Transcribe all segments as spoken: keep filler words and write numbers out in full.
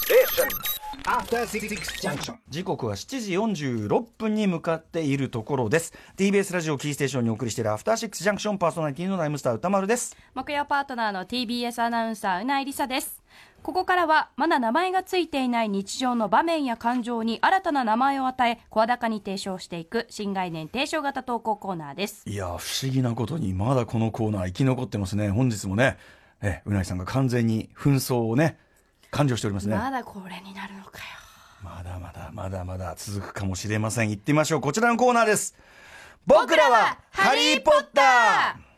After Six Junction。 時刻はしちじよんじゅうろっぷんに向かっているところです。 ティービーエス ラジオキーステーションにお送りしているアフターシックスジャンクション、パーソナリティのライムスター歌丸です。 木曜パートナーの ティービーエス アナウンサーうないりさです。ここからはまだ名前がついていない日常の場面や感情に新たな名前を与え声高に提唱していく新概念提唱型投稿コーナーです。 いや不思議なことにまだこのコーナー生き残ってますね。本日もねえうないさんが完全に紛争をね感情しておりますね。 まだこれになるのかよ。 まだまだまだまだ続くかもしれません。行ってみましょう。こちらのコーナーです。僕らはハリーポッター。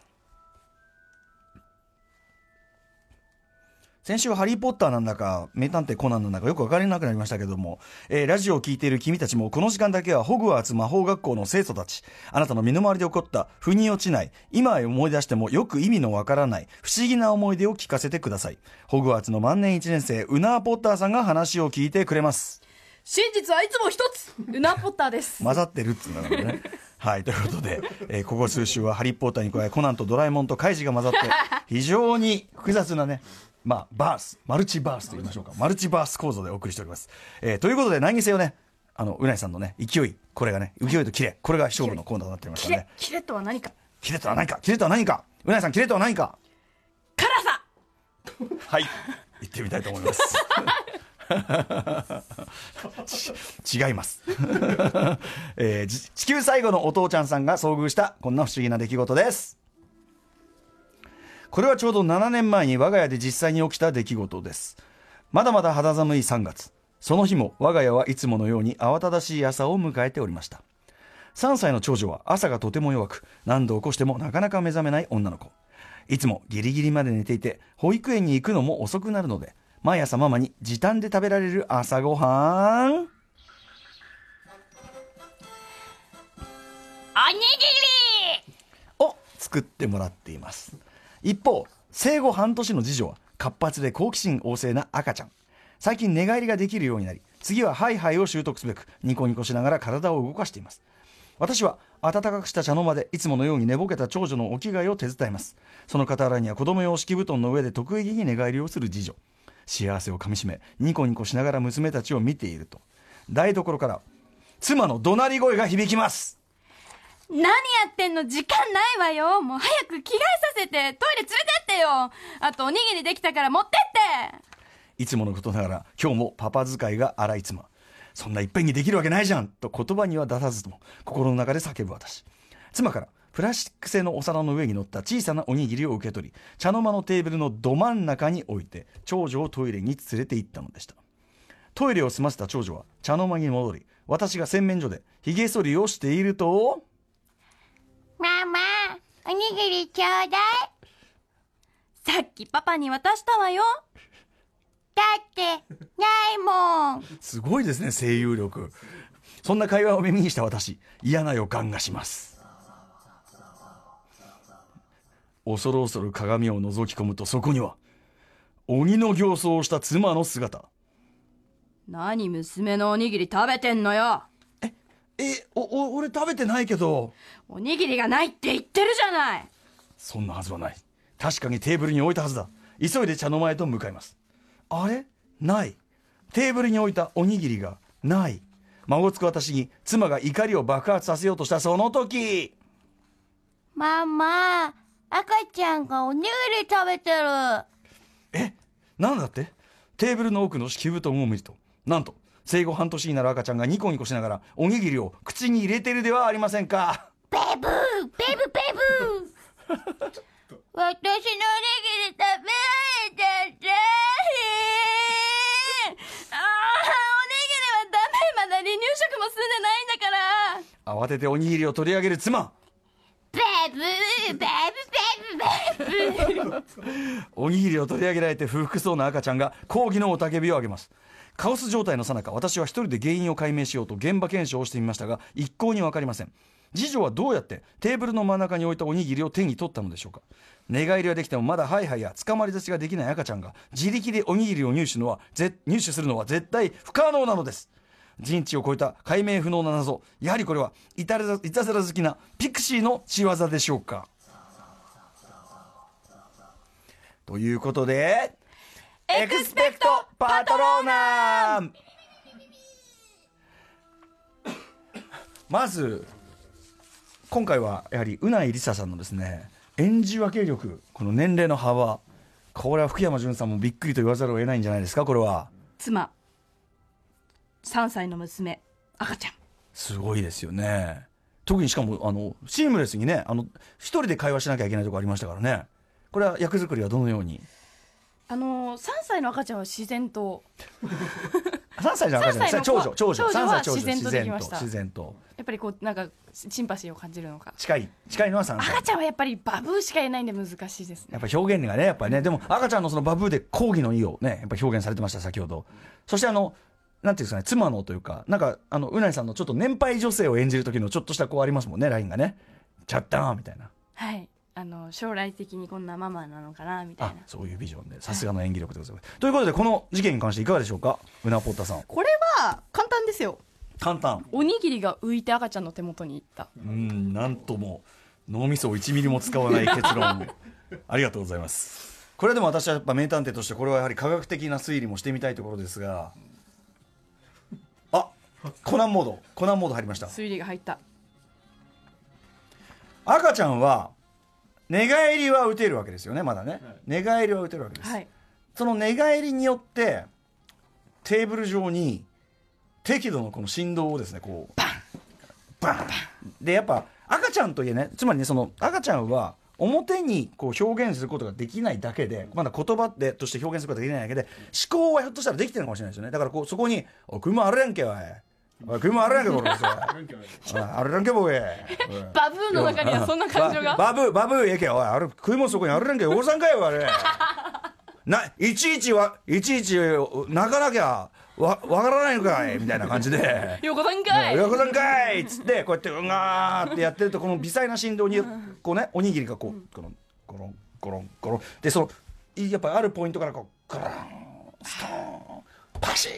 先週はハリーポッターなんだか名探偵コナンなんだかよく分からなくなりましたけども、えー、ラジオを聞いている君たちもこの時間だけはホグワーツ魔法学校の生徒たち、あなたの身の回りで起こった腑に落ちない、今思い出してもよく意味のわからない不思議な思い出を聞かせてください。ホグワーツの万年いちねん生ウナーポッターさんが話を聞いてくれます。 真実はいつも一つ、ウナーポッターです混ざってるっつうんだからねはい、ということで、えー、ここ数週はハリーポッターに加えコナンとドラえもんとカイジが混ざって非常に複雑なね、まあ、バースマルチバースと言いましょうか、マルチバース構造でお送りしております、えー、ということで何にせよね、あのうないさんのね勢い、これがね勢いとキレ、これが勝負のコーナーとなっておりますからね。 キレとは何か、 キレとは何か、キレとは何か、うないさんキレとは何か、 辛さはい言ってみたいと思います違います、えー、地球最後のお父ちゃんさんが遭遇したこんな不思議な出来事です。これはちょうどななねんまえに我が家で実際に起きた出来事です。まだまだ肌寒いさんがつ、その日も我が家はいつものように慌ただしい朝を迎えておりました。さんさいの長女は朝がとても弱く、何度起こしてもなかなか目覚めない女の子。いつもギリギリまで寝ていて保育園に行くのも遅くなるので、毎朝ママに時短で食べられる朝ごはんおにぎりを作ってもらっています。一方、生後半年の次女は活発で好奇心旺盛な赤ちゃん。最近寝返りができるようになり、次はハイハイを習得すべくニコニコしながら体を動かしています。私は温かくした茶の間でいつものように寝ぼけた長女のお着替えを手伝います。その傍らには子供用敷布団の上で得意げに寝返りをする次女。幸せをかみしめニコニコしながら娘たちを見ていると、台所から妻の怒鳴り声が響きます。 何やってんの、時間ないわよ。もう早く着替えさせてトイレ連れてってよ。あとおにぎりできたから持ってって。 いつものことながら今日もパパ使いが荒い妻。そんないっぺんにできるわけないじゃんと言葉には出さずとも心の中で叫ぶ私。妻からプラスチック製のお皿の上に乗った小さなおにぎりを受け取り、茶の間のテーブルのど真ん中に置いて長女をトイレに連れて行ったのでした。トイレを済ませた長女は茶の間に戻り、私が洗面所でひげ剃りをしていると、 ママ、おにぎりちょうだい。さっきパパに渡したわよ。だってないもん。 すごいですね、声優力。そんな会話を耳にした私、嫌な予感がします。恐る恐る鏡を覗き込むと、そこには鬼の形相をした妻の姿。 何娘のおにぎり食べてんのよ。 ええおお俺食べてないけど。 おにぎりがないって言ってるじゃない。 そんなはずはない。確かにテーブルに置いたはずだ。急いで茶の間へと向かいます。あれ、ない。テーブルに置いたおにぎりがない。孫つく私に妻が怒りを爆発させようとしたその時、 ママ、赤ちゃんがおにぎり食べてる。 え、なんだって。テーブルの奥の敷布団を見ると、なんと生後半年になる赤ちゃんがニコニコしながらおにぎりを口に入れてるではありませんか。 ベブーベブベブー私のおにぎり食べられちゃってああ、おにぎりはダメ。まだ離乳食も済んでないんだから。 慌てておにぎりを取り上げる妻。 ベブーベブベブベブおにぎりを取り上げられて不服そうな赤ちゃんが抗議の雄たけびを上げます。カオス状態の最中、私は一人で原因を解明しようと現場検証をしてみましたが、一向に分かりません。次女はどうやってテーブルの真ん中に置いたおにぎりを手に取ったのでしょうか。寝返りはできてもまだハイハイや捕まり立ちができない赤ちゃんが自力でおにぎりを入手のはぜ入手するのは絶対不可能なのです。人知を超えた解明不能な謎、やはりこれはいたずら、いたずら好きなピクシーの仕業でしょうか。ということで、 うエクスペクトパトローナム。まず今回はやはりうないりささんのですね演じ分け力、この年齢の幅、これは福山潤さんもびっくりと言わざるを得ないんじゃないですか。これは妻、さんさいの娘、赤ちゃん、 すごいですよね。特にしかもあのシームレスにね、あの一人で会話しなきゃいけないところありましたからね。これは役作りはどのように。 あのー、さんさいの赤ちゃんは自然とさんさいの赤ちゃん、 さんさいの子長女長女長女はさんさい長女自然とできました自然とやっぱりこうなんかシンパシーを感じるのか。 近い近いのはさんさい。 赤ちゃんはやっぱりバブーしか言えないんで難しいですね。 やっぱ表現がね、やっぱりね、でも赤ちゃんのそのバブーで抗議の意をね、やっぱ表現されてました先ほど。そしてあのなんていうんですかね、妻のというか、なんかあのうないさんのちょっと年配女性を演じる時のちょっとしたこうありますもんね、ラインがね、チャッターンみたいな。 はい、あの将来的にこんなママなのかなみたいな。 あ、そういうビジョンで、さすがの演技力でございます。ということでこの事件に関していかがでしょうか、うなぽったさん。 これは簡単ですよ。 簡単。 おにぎりが浮いて赤ちゃんの手元に行った。 うん、なんとも脳みそをいちミリも使わない結論ありがとうございます。これでも私はやっぱ名探偵としてこれはやはり科学的な推理もしてみたいところですが、あ、コナンモードコナンモード入りました。 推理が入った。 赤ちゃんは寝返りは打てるわけですよね、まだね、はい、寝返りは打てるわけです、はい、その寝返りによってテーブル上に適度のこの振動をですね、こうバンバンで、やっぱ赤ちゃんといえね、つまりね、その赤ちゃんは表にこう表現することができないだけで、まだ言葉でとして表現することができないだけで、思考はひょっとしたらできてるのかもしれないですよね。だからこうそこに「お車あるやんけおいおい車あるやんけこれあるやんけボケバブーの中にはそんな感情がバブーバブーええけおいある食い物そこにあるやんけお子さんかよあれないちいちはいちいち泣かなきゃわ, わからないのかいみたいな感じで横さんかい横さんかいっつってこうやってうがーってやってると、この微細な振動にこうね、おにぎりがこうゴロンゴロンゴロンゴロンで、そのやっぱりあるポイントからこうゴロンストーンパシ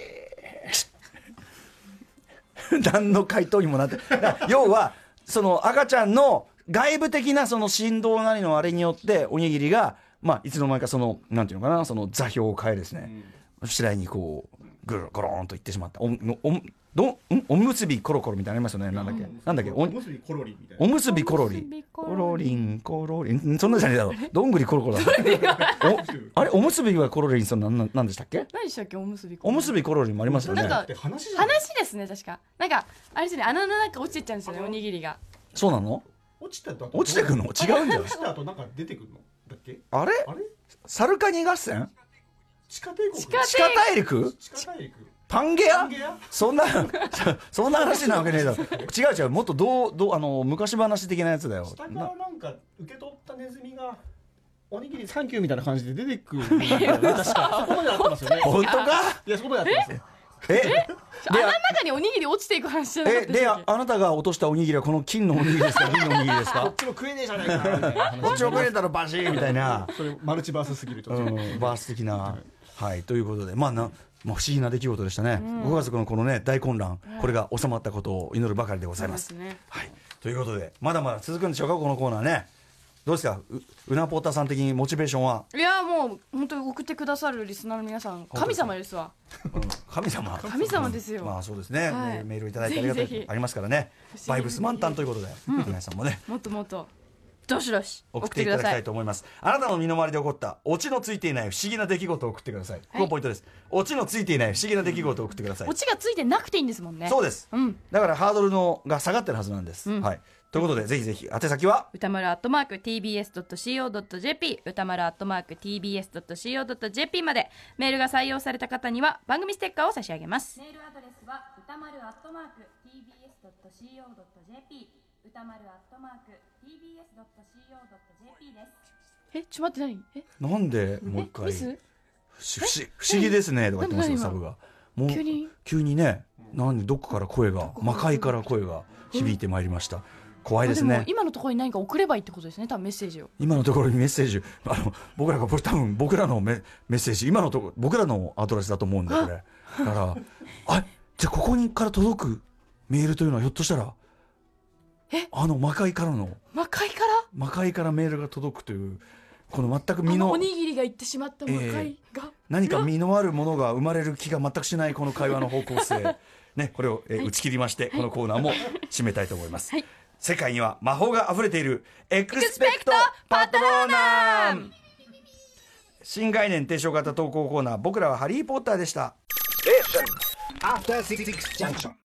ー何の回答にもなって要はその赤ちゃんの外部的なその振動なりのあれによっておにぎりが、まあ、いつの間にかそのなんていうのかな、その座標を変えですね、うん、次第にこうぐるゴローンといってしまった。おおどんおむすびコロコロみたいなのありますよね。なんだっけ、なんだっけ、おむすびコロリンみたいな。おむすびコロリンコロリンコロリン、そんなじゃねえだろ。どんぐりコロコロだ。おあれおむすびはコロリン、そのなんなんでしたっけ？ 何でしたっけ、おむすびコロリン。おむすびコロリンもありますよね。 なんか話話ですね、確か。なんかあれですね、穴の中落ちてっちゃうんですよね、おにぎりが。 そうなの？ 落ちたと落ちてくの？違うんじゃない？ 落ちた後なんか出てくるのだっけ？ あれ？あれ？サルカニ合戦？ 地下帝国？ 地下大陸？ 地下大陸？ パンゲア？そんなそんな話なわけねえだろ。違う違う、もっとどうどうあの昔話的なやつだよ。 下からなんか受け取ったネズミがおにぎりサンキューみたいな感じで出てくる。確かそこまでやってますよね。 本当か？ いやそこまでやってます。 え？ 穴の中におにぎり落ちていく話じゃなかったでしょ。えであなたが落としたおにぎりはこの金のおにぎりですか、銀のおにぎりですか？ こっちも食えねえじゃないかみたいな話。 こっちも食えたらバシーみたいな。 それマルチバースすぎるちょっと、うん、 バース的な。はいということで、まあな。まあ、不思議な出来事でしたね、うん、ご家族のこのね大混乱、うん、これが収まったことを祈るばかりでございます、ね、はい、ということでまだまだ続くんでしょうか、このコーナーね。どうですか う, うなぽーたさん的にモチベーションは。 いやもう本当に送ってくださるリスナーの皆さん神様ですわ、 うん、神様神様ですよ、 まあそうですね、はい、メールいただいてありがとうありますからね、バイブス満タンということで、うん、皆さんもねもっともっとどしどし送っていただきたいと思います。あなたの身の回りで起こったオチのついていない不思議な出来事を送ってください、はい、ここポイントです。オチのついていない不思議な出来事を送ってください。 オチがついてなくていいんですもんね。 そうです、 うん、 だからハードルのが下がってるはずなんです、うん、はい、ということでぜひぜひ宛先は歌丸アットマーク ティービーエスドットシーオードットジェーピー 歌丸アットマーク ティービーエスドットシーオードットジェーピー までメールが採用された方には番組ステッカーを差し上げます。メールアドレスは歌丸アットマーク ティービーエスドットシーオードットジェーピー 歌丸アットマーク ティービーエスドットシーオードットジェーピー です。え、ちょっと待って、何？え、 なんでもう一回ミス？ 不思不思議ですねとか言ってますよサブが。もう急に急にね、なんどこから声が魔界から声が響いてまいりました。怖いですね。 でも今のところに何か送ればいいってことですね、多分メッセージを。 今のところにメッセージ、あの僕らが多分僕らのメメッセージ今のところ僕らのアドレスだと思うんで、これだからあじゃあここにから届くメールというのはひょっとしたらえあの魔界からの魔界から魔界からメールが届くというこの全く身のあのおにぎりが言ってしまった魔界が、 えー、 何か実のあるものが生まれる気が全くしないこの会話の方向性ね、これを、えー、打ち切りまして、このコーナーも締めたいと思います、はい、世界には魔法があふれているエクスペクトパトローナム。新概念提唱型投稿コーナー、僕らはハリーポッターでした。